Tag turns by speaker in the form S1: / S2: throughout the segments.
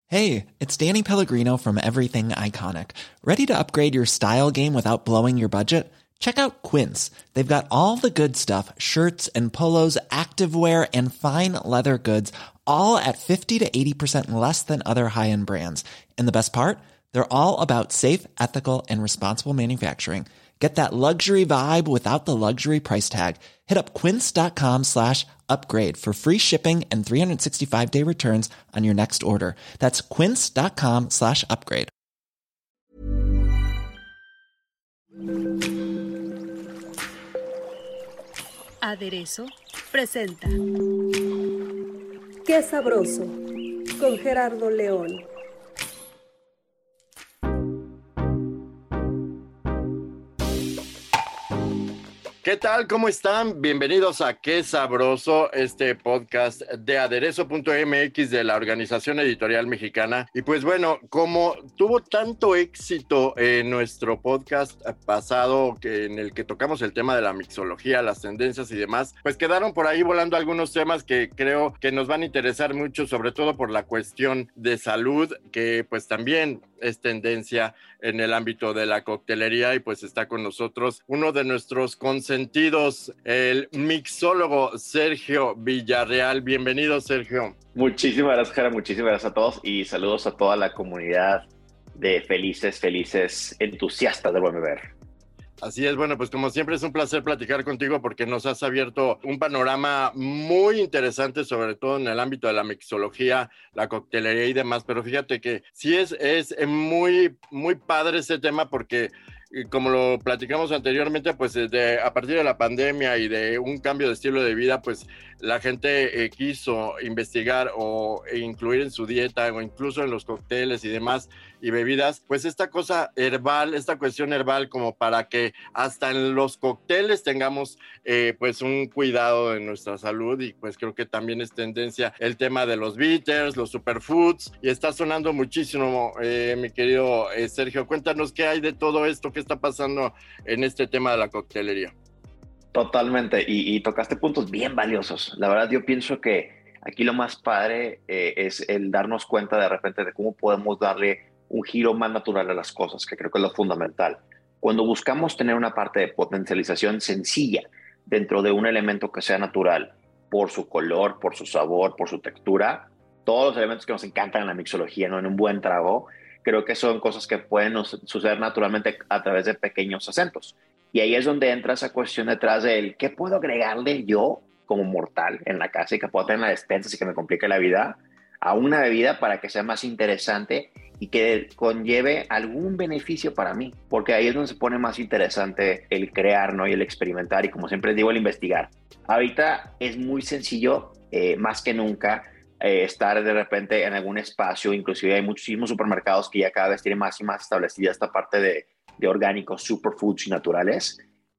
S1: Hey, it's Danny Pellegrino from Everything Iconic. Ready to upgrade your style game without blowing your budget? Check out Quince. They've got all the good stuff, shirts and polos, activewear, and fine leather goods, all at 50 to 80% less than other high-end brands. And the best part? They're all about safe, ethical, and responsible manufacturing. Get that luxury vibe without the luxury price tag. Hit up quince.com/upgrade for free shipping and 365-day returns on your next order. That's quince.com/upgrade.
S2: Aderezo presenta
S3: Qué sabroso, con Gerardo León.
S4: ¿Qué tal? ¿Cómo están? Bienvenidos a Qué Sabroso, este podcast de Aderezo.mx de la Organización Editorial Mexicana. Y pues bueno, como tuvo tanto éxito en nuestro podcast pasado en el que tocamos el tema de la mixología, las tendencias y demás, pues quedaron por ahí volando algunos temas que creo que nos van a interesar mucho, sobre todo por la cuestión de salud, que pues también es tendencia en el ámbito de la coctelería. Y pues está con nosotros uno de nuestros consentidos, el mixólogo Sergio Villarreal. Bienvenido, Sergio.
S5: Muchísimas gracias, Jara, muchísimas gracias a todos y saludos a toda la comunidad de felices entusiastas del buen beber.
S4: Así es, bueno, pues como siempre es un placer platicar contigo porque nos has abierto un panorama muy interesante, sobre todo en el ámbito de la mixología, la coctelería y demás, pero fíjate que sí es muy, muy padre ese tema porque como lo platicamos anteriormente, pues a partir de la pandemia y de un cambio de estilo de vida, pues la gente quiso investigar o incluir en su dieta o incluso en los cócteles y demás y bebidas, pues esta cosa herbal, esta cuestión herbal, como para que hasta en los cócteles tengamos pues un cuidado de nuestra salud. Y pues creo que también es tendencia el tema de los bitters, los superfoods, y está sonando muchísimo, mi querido Sergio. Cuéntanos qué hay de todo esto, qué está pasando en este tema de la coctelería.
S5: Totalmente, y tocaste puntos bien valiosos. La verdad, yo pienso que aquí lo más padre es el darnos cuenta de repente de cómo podemos darle un giro más natural a las cosas, que creo que es lo fundamental. Cuando buscamos tener una parte de potencialización sencilla dentro de un elemento que sea natural, por su color, por su sabor, por su textura, todos los elementos que nos encantan en la mixología, ¿no? En un buen trago, creo que son cosas que pueden suceder naturalmente a través de pequeños acentos. Y ahí es donde entra esa cuestión detrás del qué puedo agregarle yo como mortal en la casa y que puedo tener en la despensa y que me complique la vida a una bebida para que sea más interesante y que conlleve algún beneficio para mí, porque ahí es donde se pone más interesante el crear, ¿no? Y el experimentar y, como siempre digo, el investigar. Ahorita es muy sencillo, más que nunca, estar de repente en algún espacio. Inclusive hay muchísimos supermercados que ya cada vez tienen más y más establecida esta parte de orgánicos, superfoods y naturales.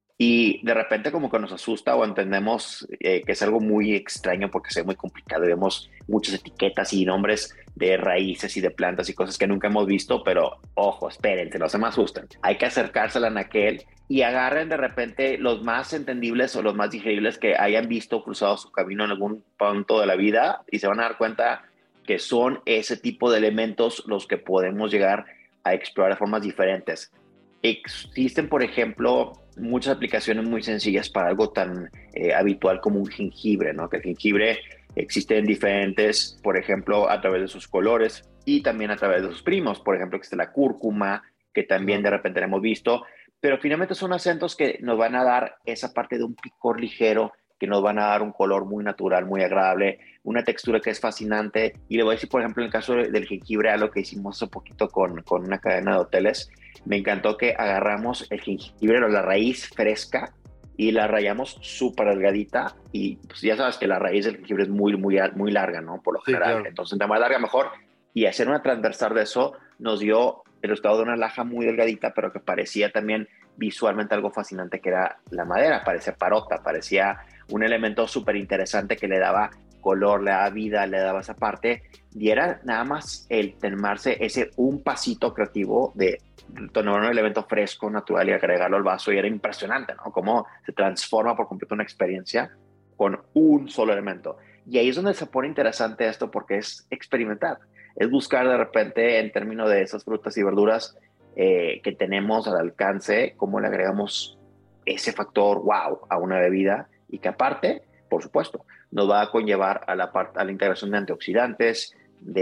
S5: Y de repente como que nos asusta o entendemos que es algo muy extraño porque es muy complicado. Vemos muchas etiquetas y nombres de raíces y de plantas y cosas que nunca hemos visto, pero ojo, espérense, no se me asusten. Hay que acercársela a aquel y agarren de repente los más entendibles o los más digeribles que hayan visto cruzado su camino en algún punto de la vida y se van a dar cuenta que son ese tipo de elementos los que podemos llegar a explorar de formas diferentes. Existen, por ejemplo, muchas aplicaciones muy sencillas para algo tan habitual como un jengibre, ¿no? Que el jengibre existe en diferentes, por ejemplo, a través de sus colores y también a través de sus primos. Por ejemplo, existe la cúrcuma, que también de repente hemos visto, pero finalmente son acentos que nos van a dar esa parte de un picor ligero, que nos van a dar un color muy natural, muy agradable, una textura que es fascinante. Y le voy a decir, por ejemplo, en el caso del jengibre, algo que hicimos hace poquito con una cadena de hoteles, me encantó que agarramos el jengibre o la raíz fresca y la rayamos súper delgadita. Y pues ya sabes que la raíz del jengibre es muy larga, ¿no? Por lo general. Claro. Entonces, entre más larga, mejor. Y hacer una transversal de eso nos dio el resultado de una laja muy delgadita, pero que parecía también visualmente algo fascinante, que era la madera. Parecía parota, parecía un elemento súper interesante que le daba color, le daba vida, le daba esa parte. Y era nada más el tomarse ese un pasito creativo de tomar un elemento fresco, natural y agregarlo al vaso, y era impresionante, ¿no? Cómo se transforma por completo una experiencia con un solo elemento. Y ahí es donde se pone interesante esto, porque es experimentar. Es buscar de repente en términos de esas frutas y verduras que tenemos al alcance, cómo le agregamos ese factor wow a una bebida y que aparte, por supuesto, nos va a conllevar a la integración de antioxidantes,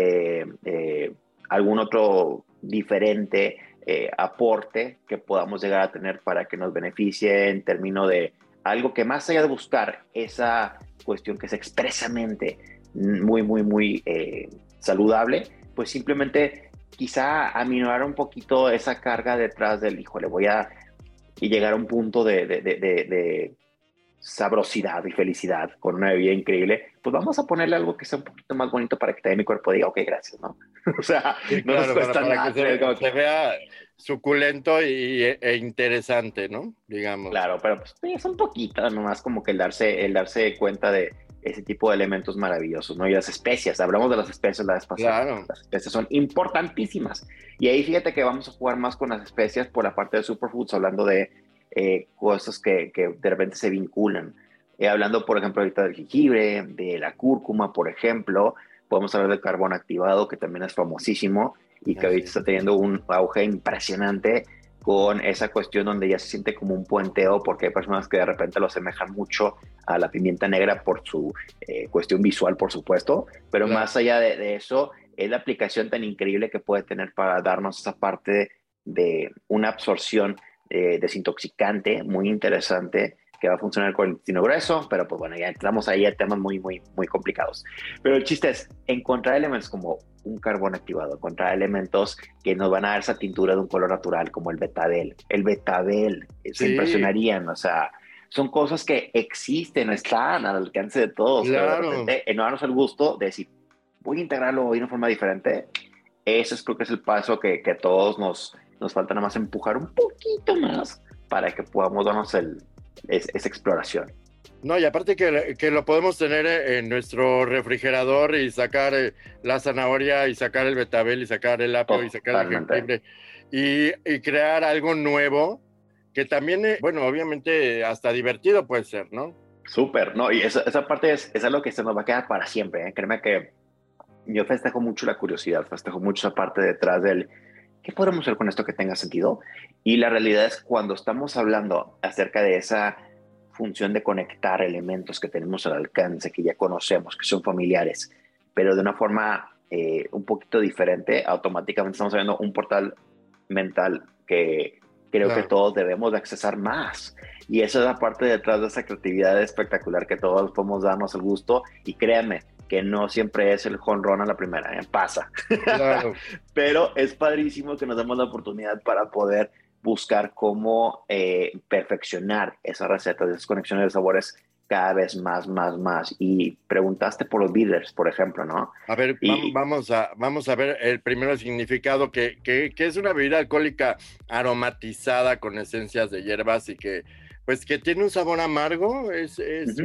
S5: de algún otro diferente aporte que podamos llegar a tener para que nos beneficie en términos de algo que más allá de buscar esa cuestión que es expresamente muy, muy, muy saludable, pues simplemente quizá aminorar un poquito esa carga detrás del, híjole, y llegar a un punto de sabrosidad y felicidad con una bebida increíble, pues vamos a ponerle algo que sea un poquito más bonito para que también mi cuerpo diga, ok, gracias, ¿no? O sea,
S4: Sí,
S5: no nos
S4: claro,
S5: cuesta
S4: para
S5: nada.
S4: que se vea suculento e interesante, ¿no? Digamos.
S5: Claro, pero pues es un poquito, nomás como que el darse cuenta de ese tipo de elementos maravillosos, ¿no? Y las especias, hablamos de las especias la vez pasada,
S4: Claro.
S5: las especias son importantísimas. Y ahí fíjate que vamos a jugar más con las especias por la parte de superfoods, hablando de cosas que de repente se vinculan. Hablando, por ejemplo, ahorita del jengibre, de la cúrcuma, por ejemplo, podemos hablar del carbón activado, que también es famosísimo y que ahorita está teniendo un auge impresionante con esa cuestión donde ya se siente como un puenteo, porque hay personas que de repente lo asemejan mucho a la pimienta negra por su cuestión visual, por supuesto, pero
S4: Claro.
S5: más allá de eso, es la aplicación tan increíble que puede tener para darnos esa parte de una absorción desintoxicante muy interesante que va a funcionar con el intestino grueso, pero pues bueno, ya entramos ahí a temas muy, muy, muy complicados. Pero el chiste es encontrar elementos como un carbón activado, encontrar elementos que nos van a dar esa tintura de un color natural, como el betabel. El betabel, se
S4: Sí,
S5: impresionarían, o sea, son cosas que existen, están al alcance de todos, pero de
S4: claro.
S5: repente no darnos el gusto de decir, voy a integrarlo de una forma diferente. Ese creo que es el paso que a todos nos falta nada más empujar un poquito más para que podamos darnos esa exploración.
S4: No, y aparte que lo podemos tener en nuestro refrigerador y sacar la zanahoria y sacar el betabel y sacar el apio y sacar el
S5: Totalmente.
S4: jengibre y crear algo nuevo que también, bueno, obviamente hasta divertido puede ser, ¿no?
S5: Súper, ¿no? Y esa parte es algo que se nos va a quedar para siempre, ¿eh? Créeme que yo festejo mucho la curiosidad, festejo mucho esa parte detrás del ¿qué podemos hacer con esto que tenga sentido? Y la realidad es cuando estamos hablando acerca de esa función de conectar elementos que tenemos al alcance, que ya conocemos, que son familiares, pero de una forma un poquito diferente, automáticamente estamos abriendo un portal mental que creo
S4: Claro.
S5: que todos debemos de accesar más. Y esa es la parte detrás de esa creatividad espectacular que todos podemos darnos el gusto. Y créanme, que no siempre es el home run a la primera, pasa.
S4: Claro.
S5: Pero es padrísimo que nos demos la oportunidad para poder buscar cómo perfeccionar esas recetas, esas conexiones de sabores cada vez más, más, más. Y preguntaste por los bitters, por ejemplo, ¿no?
S4: A ver, vamos a ver el primero significado, que es una bebida alcohólica aromatizada con esencias de hierbas y que, pues, que tiene un sabor amargo, ¿es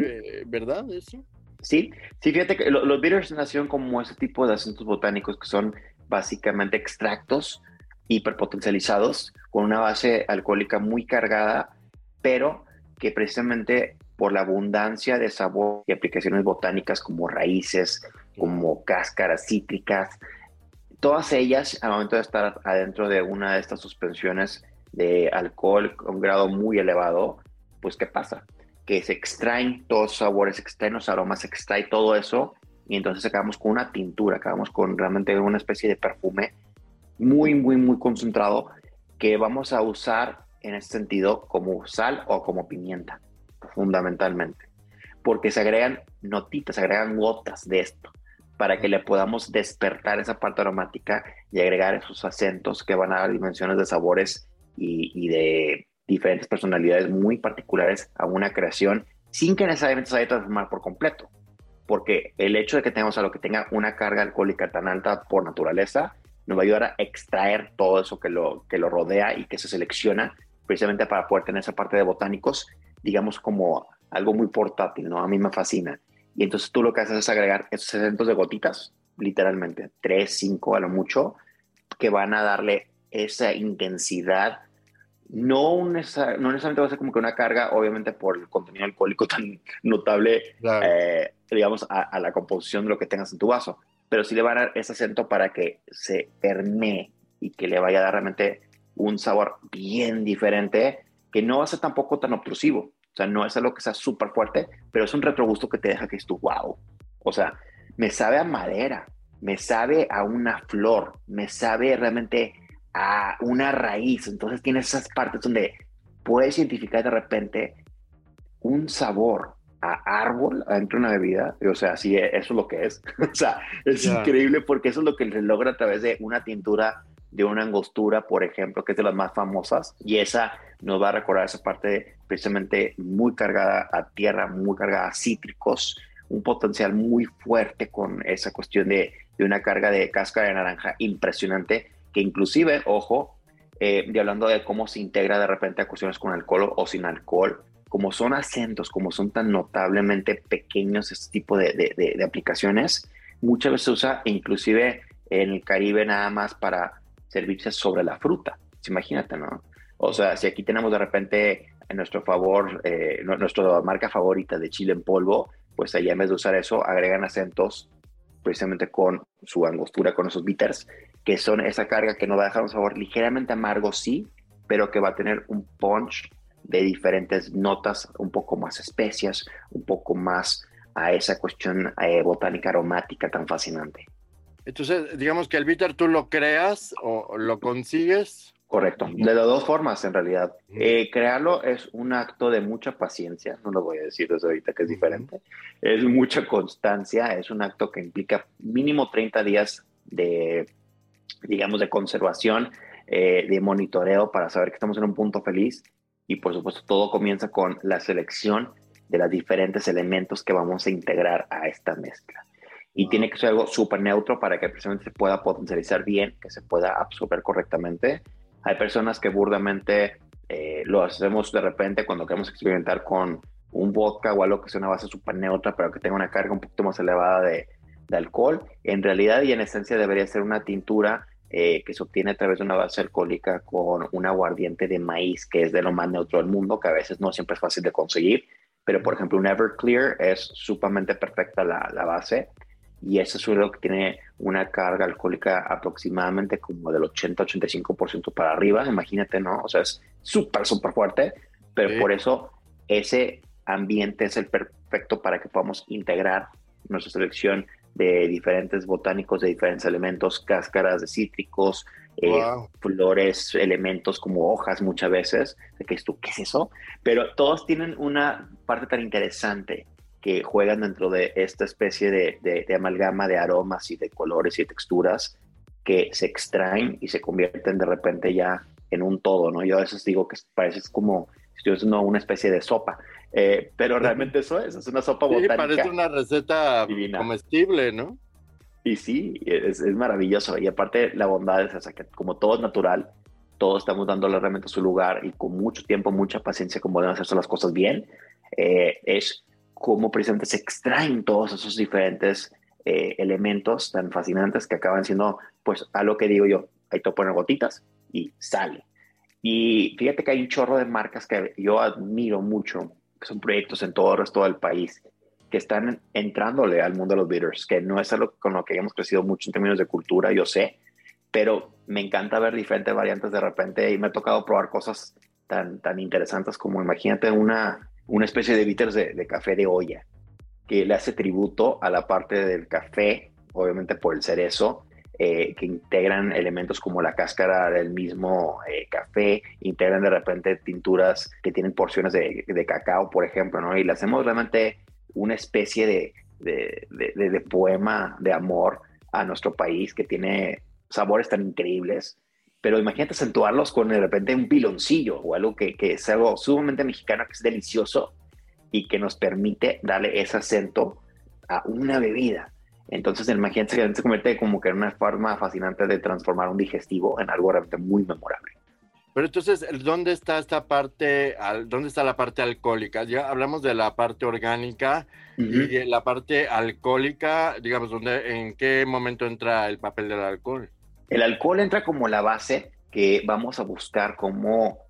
S4: verdad eso?
S5: Sí, fíjate que los bitters nacieron como ese tipo de acentos botánicos que son básicamente extractos hiperpotencializados con una base alcohólica muy cargada, pero que precisamente por la abundancia de sabor y aplicaciones botánicas como raíces, como cáscaras cítricas, todas ellas al momento de estar adentro de una de estas suspensiones de alcohol con un grado muy elevado, pues ¿qué pasa? Que se extraen todos los sabores, se extraen los aromas, se extrae todo eso y entonces acabamos con una tintura, acabamos con realmente una especie de perfume muy, muy, muy concentrado que vamos a usar en este sentido como sal o como pimienta, fundamentalmente, porque se agregan notitas, se agregan gotas de esto para que le podamos despertar esa parte aromática y agregar esos acentos que van a dar dimensiones de sabores y de diferentes personalidades muy particulares a una creación sin que necesariamente se vaya a transformar por completo. Porque el hecho de que tengamos algo que tenga una carga alcohólica tan alta por naturaleza nos va a ayudar a extraer todo eso que lo rodea y que se selecciona precisamente para poder tener esa parte de botánicos, digamos como algo muy portátil, ¿no? A mí me fascina. Y entonces tú lo que haces es agregar esos cientos de gotitas, literalmente, 3, 5 a lo mucho, que van a darle esa intensidad. No necesariamente va a ser como que una carga, obviamente por el contenido alcohólico tan notable,
S4: Claro.
S5: digamos, a la composición de lo que tengas en tu vaso, pero sí le van a dar ese acento para que se permee y que le vaya a dar realmente un sabor bien diferente, que no va a ser tampoco tan obtrusivo. O sea, no es algo que sea súper fuerte, pero es un retrogusto que te deja que es tu wow. O sea, me sabe a madera, me sabe a una flor, me sabe realmente a una raíz. Entonces tienes esas partes donde puedes identificar de repente un sabor a árbol dentro de una bebida. O sea, sí, eso es lo que es. O sea, es increíble porque eso es lo que se logra a través de una tintura de una angostura, por ejemplo, que es de las más famosas, y esa nos va a recordar esa parte precisamente muy cargada a tierra, muy cargada a cítricos, un potencial muy fuerte con esa cuestión de una carga de cáscara de naranja impresionante, que inclusive, ojo, de hablando de cómo se integra de repente a cuestiones con alcohol o sin alcohol, como son acentos, como son tan notablemente pequeños este tipo de aplicaciones, muchas veces se usa inclusive en el Caribe nada más para servirse sobre la fruta. Imagínate, ¿no? O sea, si aquí tenemos de repente en nuestro favor, nuestra marca favorita de chile en polvo, pues allá en vez de usar eso, agregan acentos precisamente con su angostura, con esos bitters, que son esa carga que nos va a dejar un sabor ligeramente amargo, sí, pero que va a tener un punch de diferentes notas, un poco más especias, un poco más a esa cuestión botánica aromática tan fascinante.
S4: Entonces, digamos que el bitter tú lo creas o lo consigues.
S5: Correcto, de las dos formas en realidad. Crearlo es un acto de mucha paciencia, no lo voy a decir desde ahorita que es diferente, es mucha constancia, es un acto que implica mínimo 30 días de, digamos, de conservación, de monitoreo para saber que estamos en un punto feliz, y por supuesto todo comienza con la selección de los diferentes elementos que vamos a integrar a esta mezcla. Y tiene que ser algo súper neutro para que precisamente se pueda potencializar bien, que se pueda absorber correctamente. Hay personas que burdamente lo hacemos de repente cuando queremos experimentar con un vodka o algo que sea una base súper neutra, pero que tenga una carga un poquito más elevada de alcohol. En realidad y en esencia debería ser una tintura que se obtiene a través de una base alcohólica con un aguardiente de maíz, que es de lo más neutro del mundo, que a veces no siempre es fácil de conseguir. Pero, por ejemplo, un Everclear es sumamente perfecta la base. Y ese suelo que tiene una carga alcohólica aproximadamente como del 80-85% para arriba, imagínate, ¿no? O sea, es súper, súper fuerte, pero sí, por eso ese ambiente es el perfecto para que podamos integrar nuestra selección de diferentes botánicos, de diferentes elementos, cáscaras de cítricos, flores, elementos como hojas muchas veces, de que ¿qué es eso? Pero todos tienen una parte tan interesante que juegan dentro de esta especie de amalgama de aromas y de colores y de texturas que se extraen y se convierten de repente ya en un todo, ¿no? Yo a veces digo que parece como si estuviese una especie de sopa, pero realmente eso es una sopa botánica.
S4: Sí, parece una receta divina, comestible, ¿no?
S5: Y sí, es maravilloso. Y aparte la bondad es esa, que como todo es natural, todos estamos dándole realmente su lugar y con mucho tiempo, mucha paciencia, como deben hacerse las cosas bien, es cómo precisamente se extraen todos esos diferentes elementos tan fascinantes que acaban siendo, pues, a lo que digo yo, ahí te ponen gotitas y sale. Y fíjate que hay un chorro de marcas que yo admiro mucho, que son proyectos en todo el resto del país, que están entrándole al mundo de los bitters, que no es algo con lo que hayamos crecido mucho en términos de cultura, yo sé, pero me encanta ver diferentes variantes de repente y me ha tocado probar cosas tan interesantes como, imagínate, una especie de bitters de café de olla, que le hace tributo a la parte del café, obviamente por el cerezo, que integran elementos como la cáscara del mismo café, integran de repente tinturas que tienen porciones de cacao, por ejemplo, ¿no? Y le hacemos realmente una especie de poema de amor a nuestro país que tiene sabores tan increíbles. Pero imagínate acentuarlos con de repente un piloncillo o algo que es algo sumamente mexicano, que es delicioso y que nos permite darle ese acento a una bebida. Entonces imagínate que se convierte como que en una forma fascinante de transformar un digestivo en algo realmente muy memorable.
S4: Pero entonces, ¿dónde está esta parte, dónde está la parte alcohólica? Ya hablamos de la parte orgánica y de la parte alcohólica, digamos, ¿en qué momento entra el papel del alcohol?
S5: El alcohol entra como la base que vamos a buscar cómo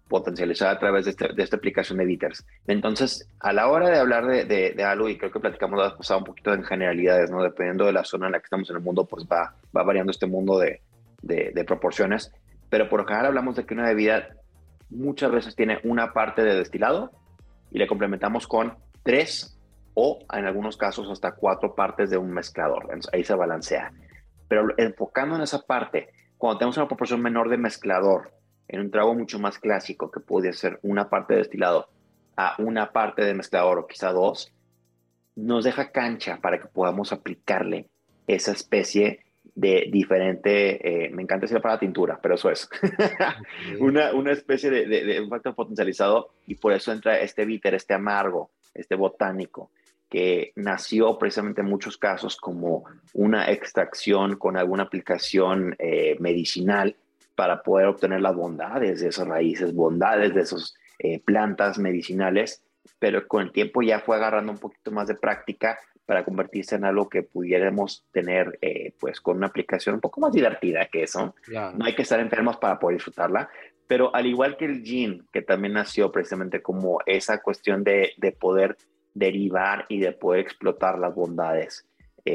S5: potencializada a través de esta aplicación de bitters. Entonces, a la hora de hablar de algo, y creo que platicamos la vez pasada un poquito en generalidades, ¿no? Dependiendo de la zona en la que estamos en el mundo, pues va variando este mundo de proporciones, pero por lo general hablamos de que una bebida muchas veces tiene una parte de destilado y le complementamos con 3 o en algunos casos hasta 4 partes de un mezclador. Entonces, ahí se balancea. Pero enfocando en esa parte, cuando tenemos una proporción menor de mezclador en un trago mucho más clásico, que podría ser una parte de destilado a una parte de mezclador o quizá 2, nos deja cancha para que podamos aplicarle esa especie de diferente, me encanta decir la palabra tintura, pero eso es, una especie de un factor potencializado, y por eso entra este bitter, este amargo, este botánico, que nació precisamente en muchos casos como una extracción con alguna aplicación medicinal para poder obtener las bondades de esas raíces, bondades de esas plantas medicinales, pero con el tiempo ya fue agarrando un poquito más de práctica para convertirse en algo que pudiéramos tener pues con una aplicación un poco más divertida que eso.
S4: Claro.
S5: No hay que estar enfermos para poder disfrutarla, pero al igual que el gin, que también nació precisamente como esa cuestión de poder derivar y de poder explotar las bondades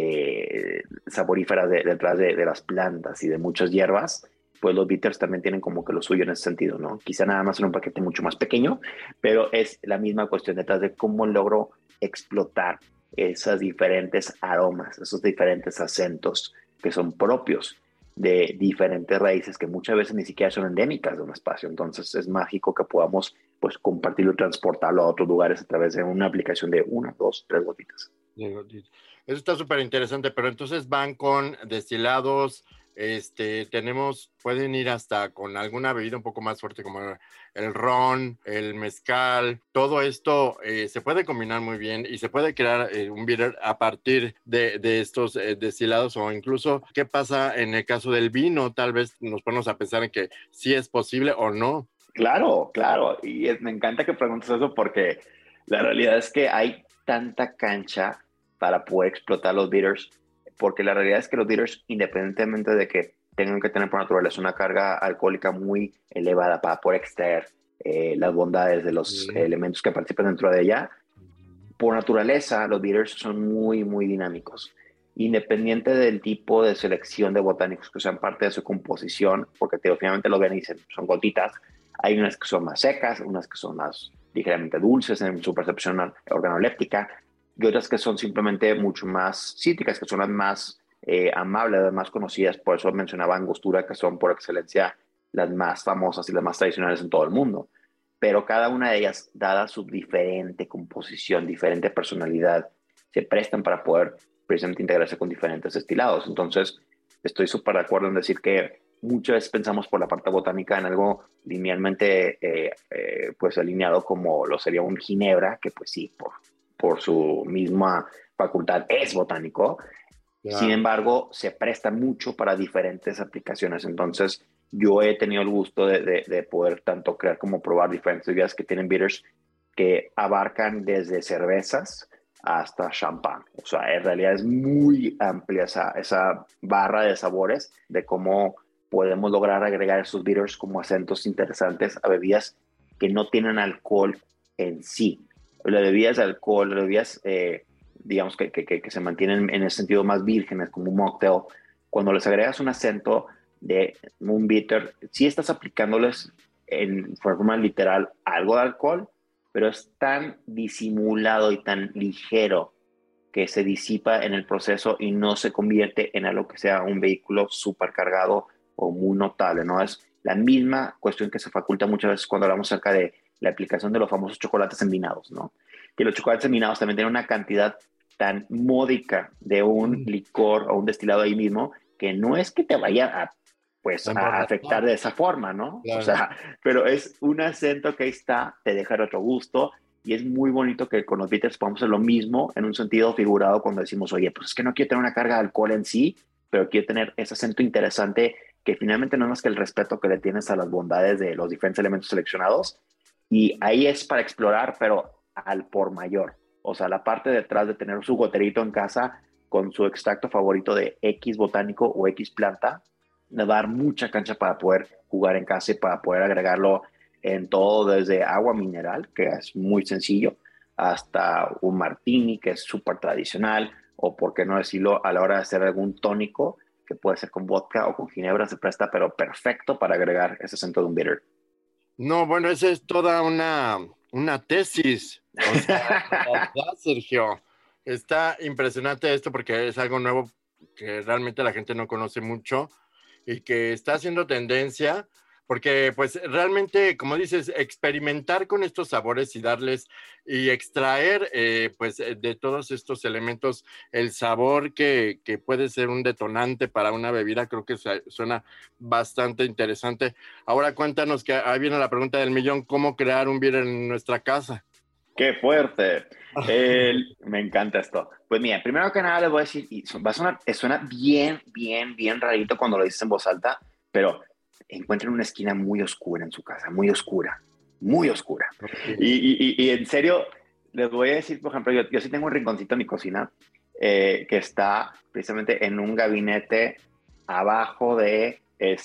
S5: saboríferas detrás de las plantas y de muchas hierbas, pues los bitters también tienen como que lo suyo en ese sentido, ¿no? Quizá nada más en un paquete mucho más pequeño, pero es la misma cuestión detrás de cómo logro explotar esos diferentes aromas, esos diferentes acentos que son propios de diferentes raíces que muchas veces ni siquiera son endémicas de un espacio. Entonces es mágico que podamos pues compartirlo y transportarlo a otros lugares a través de una aplicación de 1, 2, 3 gotitas.
S4: Eso está súper interesante, pero entonces van con destilados, pueden ir hasta con alguna bebida un poco más fuerte como el ron, el mezcal, todo esto se puede combinar muy bien y se puede crear un bitter a partir de estos destilados, o incluso qué pasa en el caso del vino. Tal vez nos ponemos a pensar en que sí es posible o no.
S5: Claro, claro, y me encanta que preguntes eso porque la realidad es que hay tanta cancha para poder explotar los bitters, porque la realidad es que los bitters, independientemente de que tengan que tener por naturaleza una carga alcohólica muy elevada para poder extraer las bondades de los elementos que participan dentro de ella, por naturaleza los bitters son muy, muy dinámicos. Independiente del tipo de selección de botánicos que sean parte de su composición, porque finalmente lo ven y dicen, son gotitas, hay unas que son más secas, unas que son más ligeramente dulces en su percepción organoléptica, y otras que son simplemente mucho más cítricas, que son las más amables, las más conocidas. Por eso mencionaba Angostura, que son por excelencia las más famosas y las más tradicionales en todo el mundo. Pero cada una de ellas, dada su diferente composición, diferente personalidad, se prestan para poder precisamente integrarse con diferentes destilados. Entonces, estoy súper de acuerdo en decir que muchas veces pensamos por la parte botánica en algo linealmente pues alineado como lo sería un ginebra, que pues sí, por su misma facultad es botánico. Claro. Sin embargo, se presta mucho para diferentes aplicaciones. Entonces, yo he tenido el gusto de poder tanto crear como probar diferentes bebidas que tienen bitters que abarcan desde cervezas hasta champán. O sea, en realidad es muy amplia esa barra de sabores de cómo podemos lograr agregar esos bitters como acentos interesantes a bebidas que no tienen alcohol en sí. Las bebidas de alcohol, las bebidas digamos que se mantienen en el sentido más vírgenes, como un mocktail, cuando les agregas un acento de un bitter, sí estás aplicándoles en forma literal algo de alcohol, pero es tan disimulado y tan ligero que se disipa en el proceso y no se convierte en algo que sea un vehículo supercargado o muy notable, ¿no? Es la misma cuestión que se faculta muchas veces cuando hablamos acerca de la aplicación de los famosos chocolates envinados, ¿no? Que los chocolates envinados también tienen una cantidad tan módica de un licor o un destilado ahí mismo que no es que te vaya a afectar de esa forma, ¿no? Claro. O sea, pero es un acento que ahí está, te deja de otro gusto, y es muy bonito que con los bitters podamos hacer lo mismo en un sentido figurado cuando decimos, oye, pues es que no quiero tener una carga de alcohol en sí, pero quiero tener ese acento interesante que finalmente no es más que el respeto que le tienes a las bondades de los diferentes elementos seleccionados, y ahí es para explorar, pero al por mayor. O sea, la parte detrás de tener su goterito en casa con su extracto favorito de X botánico o X planta, le va a dar mucha cancha para poder jugar en casa y para poder agregarlo en todo desde agua mineral, que es muy sencillo, hasta un martini, que es súper tradicional, o por qué no decirlo, a la hora de hacer algún tónico, que puede ser con vodka o con ginebra, se presta, pero perfecto para agregar ese centro de un bitter.
S4: No, bueno, esa es toda una tesis. O sea, la verdad, Sergio, está impresionante esto porque es algo nuevo que realmente la gente no conoce mucho y que está haciendo tendencia, porque pues realmente, como dices, experimentar con estos sabores y darles y extraer pues de todos estos elementos el sabor que puede ser un detonante para una bebida, creo que suena bastante interesante. Ahora cuéntanos, que ahí viene la pregunta del millón: ¿cómo crear un beer en nuestra casa?
S5: ¡Qué fuerte! Me encanta esto. Pues mira, primero que nada les voy a decir, y va a sonar, suena bien, bien, bien rarito cuando lo dices en voz alta, pero encuentren una esquina muy oscura en su casa, muy oscura, muy oscura.
S4: Okay.
S5: Y en serio, les voy a decir, por ejemplo, yo sí tengo un rinconcito en mi cocina que está precisamente en un gabinete abajo de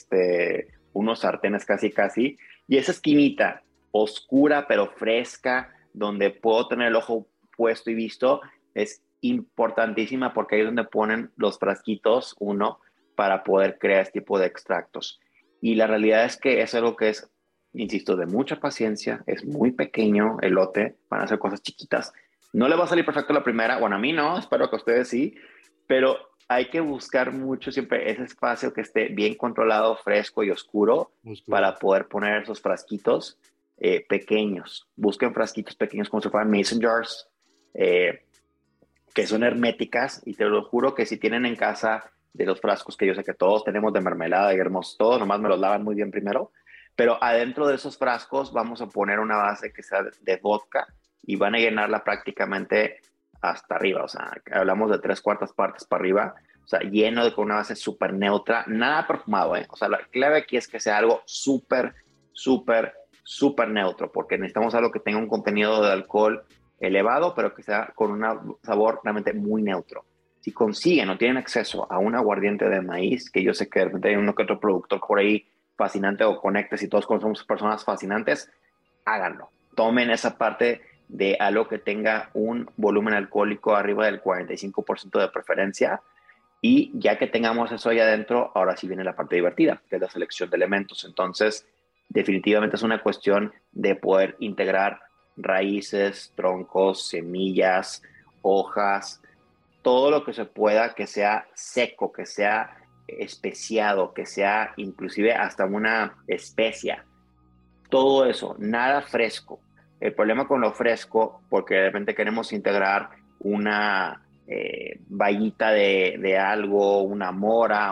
S5: unos sartenes casi, casi, y esa esquinita oscura pero fresca, donde puedo tener el ojo puesto y visto, es importantísima porque ahí es donde ponen los frasquitos, uno, para poder crear este tipo de extractos. Y la realidad es que es algo que es, insisto, de mucha paciencia, es muy pequeño el lote, van a ser cosas chiquitas. No le va a salir perfecto la primera, bueno, a mí no, espero que a ustedes sí, pero hay que buscar mucho siempre ese espacio que esté bien controlado, fresco y oscuro
S4: Oscuro.
S5: para poder poner esos frasquitos pequeños. Busquen frasquitos pequeños como si fueran mason jars, eh, que son herméticas, y te lo juro que si tienen en casa de los frascos que yo sé que todos tenemos de mermelada y hermoso todo, nomás me los lavan muy bien primero, pero adentro de esos frascos vamos a poner una base que sea de vodka y van a llenarla prácticamente hasta arriba, o sea, hablamos de 3/4 partes para arriba, o sea, lleno de con una base súper neutra, nada perfumado, ¿eh? O sea, la clave aquí es que sea algo súper, súper, súper neutro, porque necesitamos algo que tenga un contenido de alcohol elevado, pero que sea con un sabor realmente muy neutro. Si consiguen o tienen acceso a un aguardiente de maíz, que yo sé que de repente hay uno que otro productor por ahí fascinante, o conectes y todos conocemos personas fascinantes, háganlo. Tomen esa parte de algo que tenga un volumen alcohólico arriba del 45% de preferencia, y ya que tengamos eso ahí adentro, ahora sí viene la parte divertida, que es la selección de elementos. Entonces, definitivamente es una cuestión de poder integrar raíces, troncos, semillas, hojas, todo lo que se pueda, que sea seco, que sea especiado, que sea inclusive hasta una especia. Todo eso, nada fresco. El problema con lo fresco, porque de repente queremos integrar una vallita de algo, una mora,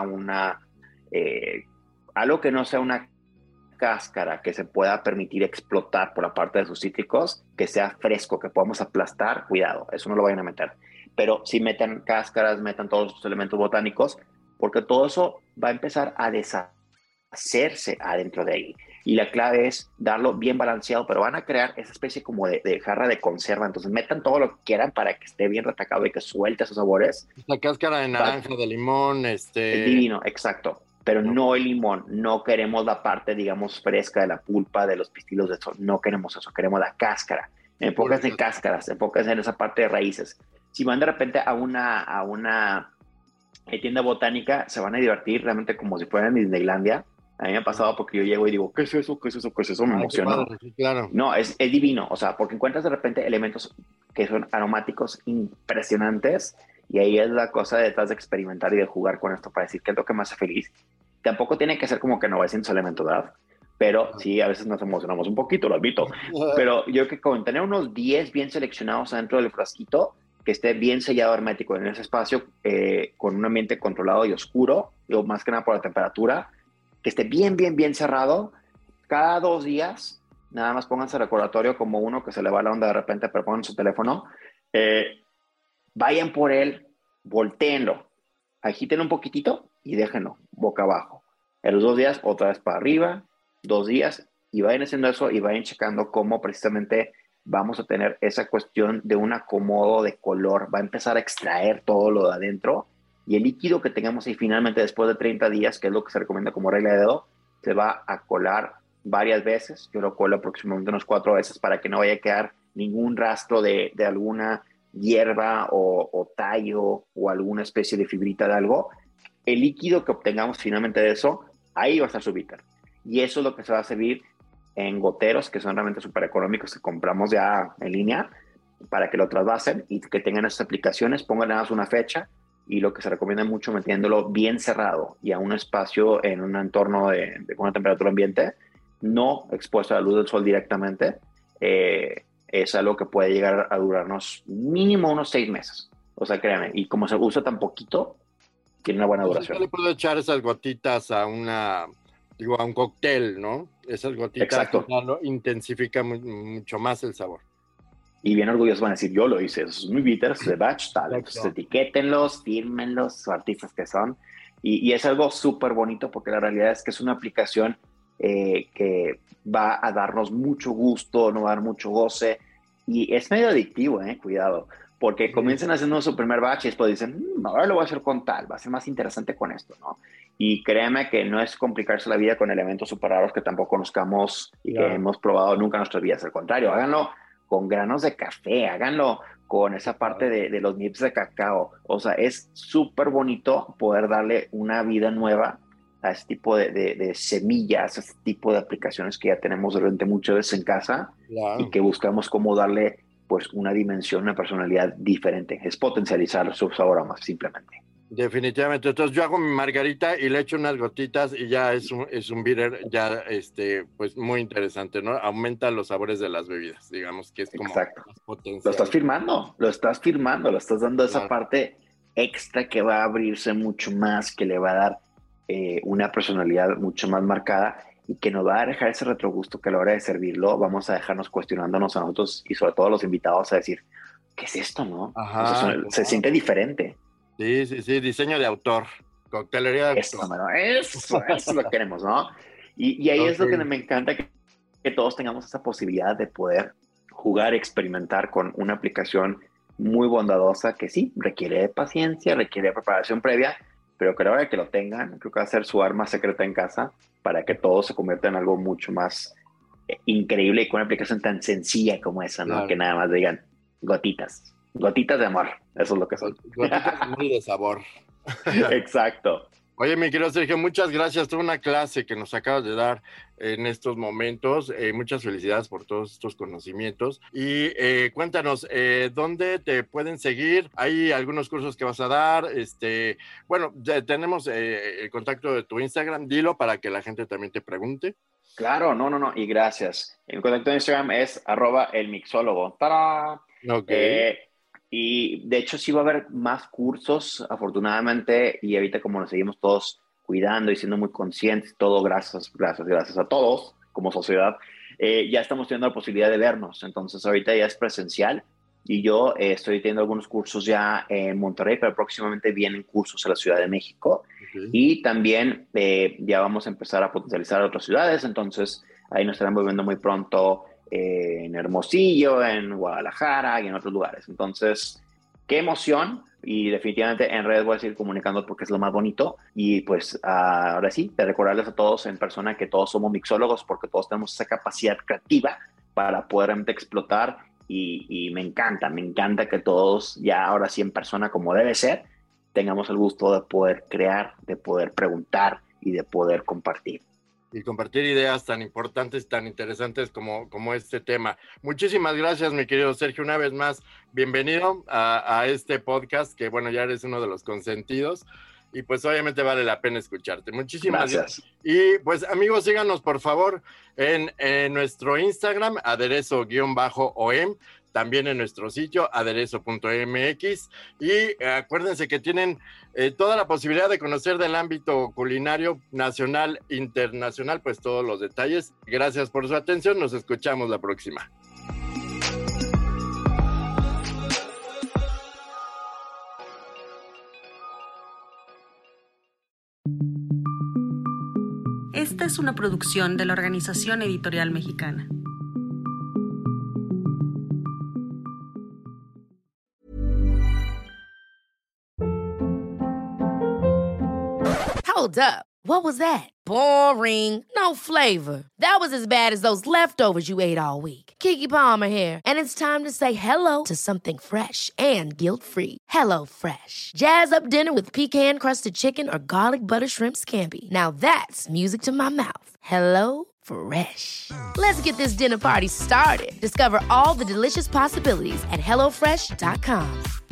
S5: eh, algo que no sea una cáscara, que se pueda permitir explotar por la parte de sus cítricos, que sea fresco, que podamos aplastar, cuidado, eso no lo vayan a meter. Pero si metan cáscaras, metan todos los elementos botánicos, porque todo eso va a empezar a deshacerse adentro de ahí. Y la clave es darlo bien balanceado, pero van a crear esa especie como de jarra de conserva. Entonces metan todo lo que quieran para que esté bien retacado y que suelte esos sabores.
S4: La cáscara de
S5: Va,
S4: naranja, de limón,
S5: es divino, exacto. Pero no el limón, no queremos la parte, digamos, fresca de la pulpa, de los pistilos de eso, no queremos eso, queremos la cáscara. Enfóquense en cáscaras, enfóquense en esa parte de raíces. Si van de repente a una tienda botánica, se van a divertir realmente como si fueran en Disneylandia. A mí me ha pasado porque yo llego y digo, ¿qué es eso? ¿Qué es eso? ¿Qué es eso? Me
S4: Ay, qué
S5: emocionó.
S4: padre, sí, claro.
S5: No, es divino, o sea, porque encuentras de repente elementos que son aromáticos impresionantes, y ahí es la cosa detrás de experimentar y de jugar con esto para decir qué es lo que me hace feliz. Tampoco tiene que ser como que 900 elementos, ¿verdad? Pero sí, a veces nos emocionamos un poquito, lo admito. Pero yo creo que con tener unos 10 bien seleccionados adentro del frasquito, que esté bien sellado hermético en ese espacio, con un ambiente controlado y oscuro, o más que nada por la temperatura, que esté bien, bien, bien cerrado, cada 2 días, nada más pónganse recordatorio como uno que se le va la onda de repente, pero pongan su teléfono, eh, vayan por él, volteenlo, agiten un poquitito y déjenlo boca abajo. En los 2 días, otra vez para arriba, 2 días, y vayan haciendo eso y vayan checando cómo precisamente vamos a tener esa cuestión de un acomodo de color. Va a empezar a extraer todo lo de adentro, y el líquido que tengamos ahí finalmente después de 30 días, que es lo que se recomienda como regla de dedo, se va a colar varias veces. Yo lo cuelo aproximadamente unas 4 veces para que no vaya a quedar ningún rastro de alguna hierba o tallo o alguna especie de fibrita de algo. El líquido que obtengamos finalmente de eso, ahí va a estar su bitter. Y eso es lo que se va a servir en goteros, que son realmente súper económicos, que compramos ya en línea, para que lo trasvasen y que tengan esas aplicaciones, pongan nada más una fecha, y lo que se recomienda mucho metiéndolo bien cerrado y a un espacio en un entorno de una temperatura ambiente, no expuesto a la luz del sol directamente, es algo que puede llegar a durarnos mínimo unos 6 meses. O sea, créanme, y como se usa tan poquito, tiene una buena
S4: Entonces, yo le
S5: duración.
S4: puedo echar esas gotitas a a un cóctel, ¿no? Esas gotitas
S5: Exacto.
S4: quizá lo intensifican mucho más el sabor.
S5: Y bien orgullosos van a decir, yo lo hice, esos muy bitters de batch tal. Entonces
S4: Exacto.
S5: etiquétenlos, fírmenlos, artistas que son. Y es algo súper bonito porque la realidad es que es una aplicación que va a darnos mucho gusto, nos va a dar mucho goce. Y es medio adictivo, cuidado. Porque
S4: Sí,
S5: comienzan haciendo su primer batch y después dicen, ahora lo voy a hacer con tal, va a ser más interesante con esto, ¿no? Y créeme que no es complicarse la vida con elementos súper raros que tampoco conozcamos y que
S4: claro.
S5: hemos probado nunca en nuestras vidas. Al contrario, háganlo con granos de café, háganlo con
S4: Qué
S5: esa parte
S4: padre.
S5: de los nips de cacao. O sea, es súper bonito poder darle una vida nueva a este tipo de semillas, a este tipo de aplicaciones que ya tenemos durante muchas veces en casa y
S4: Claro.
S5: que buscamos cómo darle pues una dimensión, una personalidad diferente. Es potencializar su sabor más simplemente.
S4: Definitivamente. Entonces yo hago mi margarita y le echo unas gotitas y ya es un bitter ya pues muy interesante, ¿no? Aumenta los sabores de las bebidas, digamos que es como
S5: Exacto.
S4: más
S5: Lo estás
S4: potencial.
S5: firmando, lo estás firmando, lo estás dando esa
S4: Claro.
S5: parte extra que va a abrirse mucho más, que le va a dar una personalidad mucho más marcada y que nos va a dejar ese retrogusto que a la hora de servirlo vamos a dejarnos cuestionándonos a nosotros y sobre todo a los invitados a decir, ¿qué es esto, no? O sea,
S4: Ajá,
S5: se siente
S4: claro.
S5: diferente.
S4: Sí, sí, sí, diseño de autor, coctelería de autor.
S5: Eso, mano, eso lo queremos, ¿no? Y ahí es
S4: Ok.
S5: lo que me encanta que todos tengamos esa posibilidad de poder jugar, experimentar con una aplicación muy bondadosa que sí, requiere de paciencia, requiere de preparación previa, pero que a la hora de que lo tengan, creo que va a ser su arma secreta en casa para que todo se convierta en algo mucho más increíble y con una aplicación tan sencilla como esa, ¿no? Que
S4: Claro.
S5: nada más digan gotitas, gotitas de amor, eso es lo que son.
S4: Gotitas de amor y de sabor.
S5: Exacto.
S4: Oye, mi querido Sergio, muchas gracias. Toda una clase que nos acabas de dar en estos momentos. Muchas felicidades por todos estos conocimientos. Y cuéntanos, ¿dónde te pueden seguir? ¿Hay algunos cursos que vas a dar? Bueno, ya tenemos el contacto de tu Instagram. Dilo para que la gente también te pregunte.
S5: Claro, no, y gracias. Mi contacto en Instagram es @elmixólogo. ¡Tarán!
S4: Ok.
S5: Eh, y de hecho sí va a haber más cursos, afortunadamente, y ahorita como nos seguimos todos cuidando y siendo muy conscientes, todo gracias a todos como sociedad, ya estamos teniendo la posibilidad de vernos. Entonces ahorita ya es presencial y yo estoy teniendo algunos cursos ya en Monterrey, pero próximamente vienen cursos a la Ciudad de México.
S4: Ok.
S5: Y también ya vamos a empezar a potencializar otras ciudades, entonces ahí nos estaremos viendo muy pronto en Hermosillo, en Guadalajara y en otros lugares. Entonces, qué emoción y definitivamente en redes voy a seguir comunicando porque es lo más bonito. Y pues ahora sí, de recordarles a todos en persona que todos somos mixólogos porque todos tenemos esa capacidad creativa para poder realmente explotar y me encanta que todos ya ahora sí en persona como debe ser tengamos el gusto de poder crear, de poder preguntar y de poder compartir.
S4: Y compartir ideas tan importantes, tan interesantes como este tema. Muchísimas gracias, mi querido Sergio. Una vez más, bienvenido a este podcast, que bueno, ya eres uno de los consentidos y pues obviamente vale la pena escucharte. Muchísimas gracias.
S5: Gracias.
S4: Y pues amigos, síganos por favor en nuestro Instagram, aderezo_OM, también en nuestro sitio aderezo.mx y acuérdense que tienen toda la posibilidad de conocer del ámbito culinario nacional, internacional, pues todos los detalles. Gracias por su atención, nos escuchamos la próxima.
S2: Esta es una producción de la Organización Editorial Mexicana.
S6: Hold up. What was that? Boring. No flavor. That was as bad as those leftovers you ate all week. Keke Palmer here, and it's time to say hello to something fresh and guilt-free. Hello Fresh. Jazz up dinner with pecan-crusted chicken or garlic butter shrimp scampi. Now that's music to my mouth. Hello Fresh. Let's get this dinner party started. Discover all the delicious possibilities at hellofresh.com.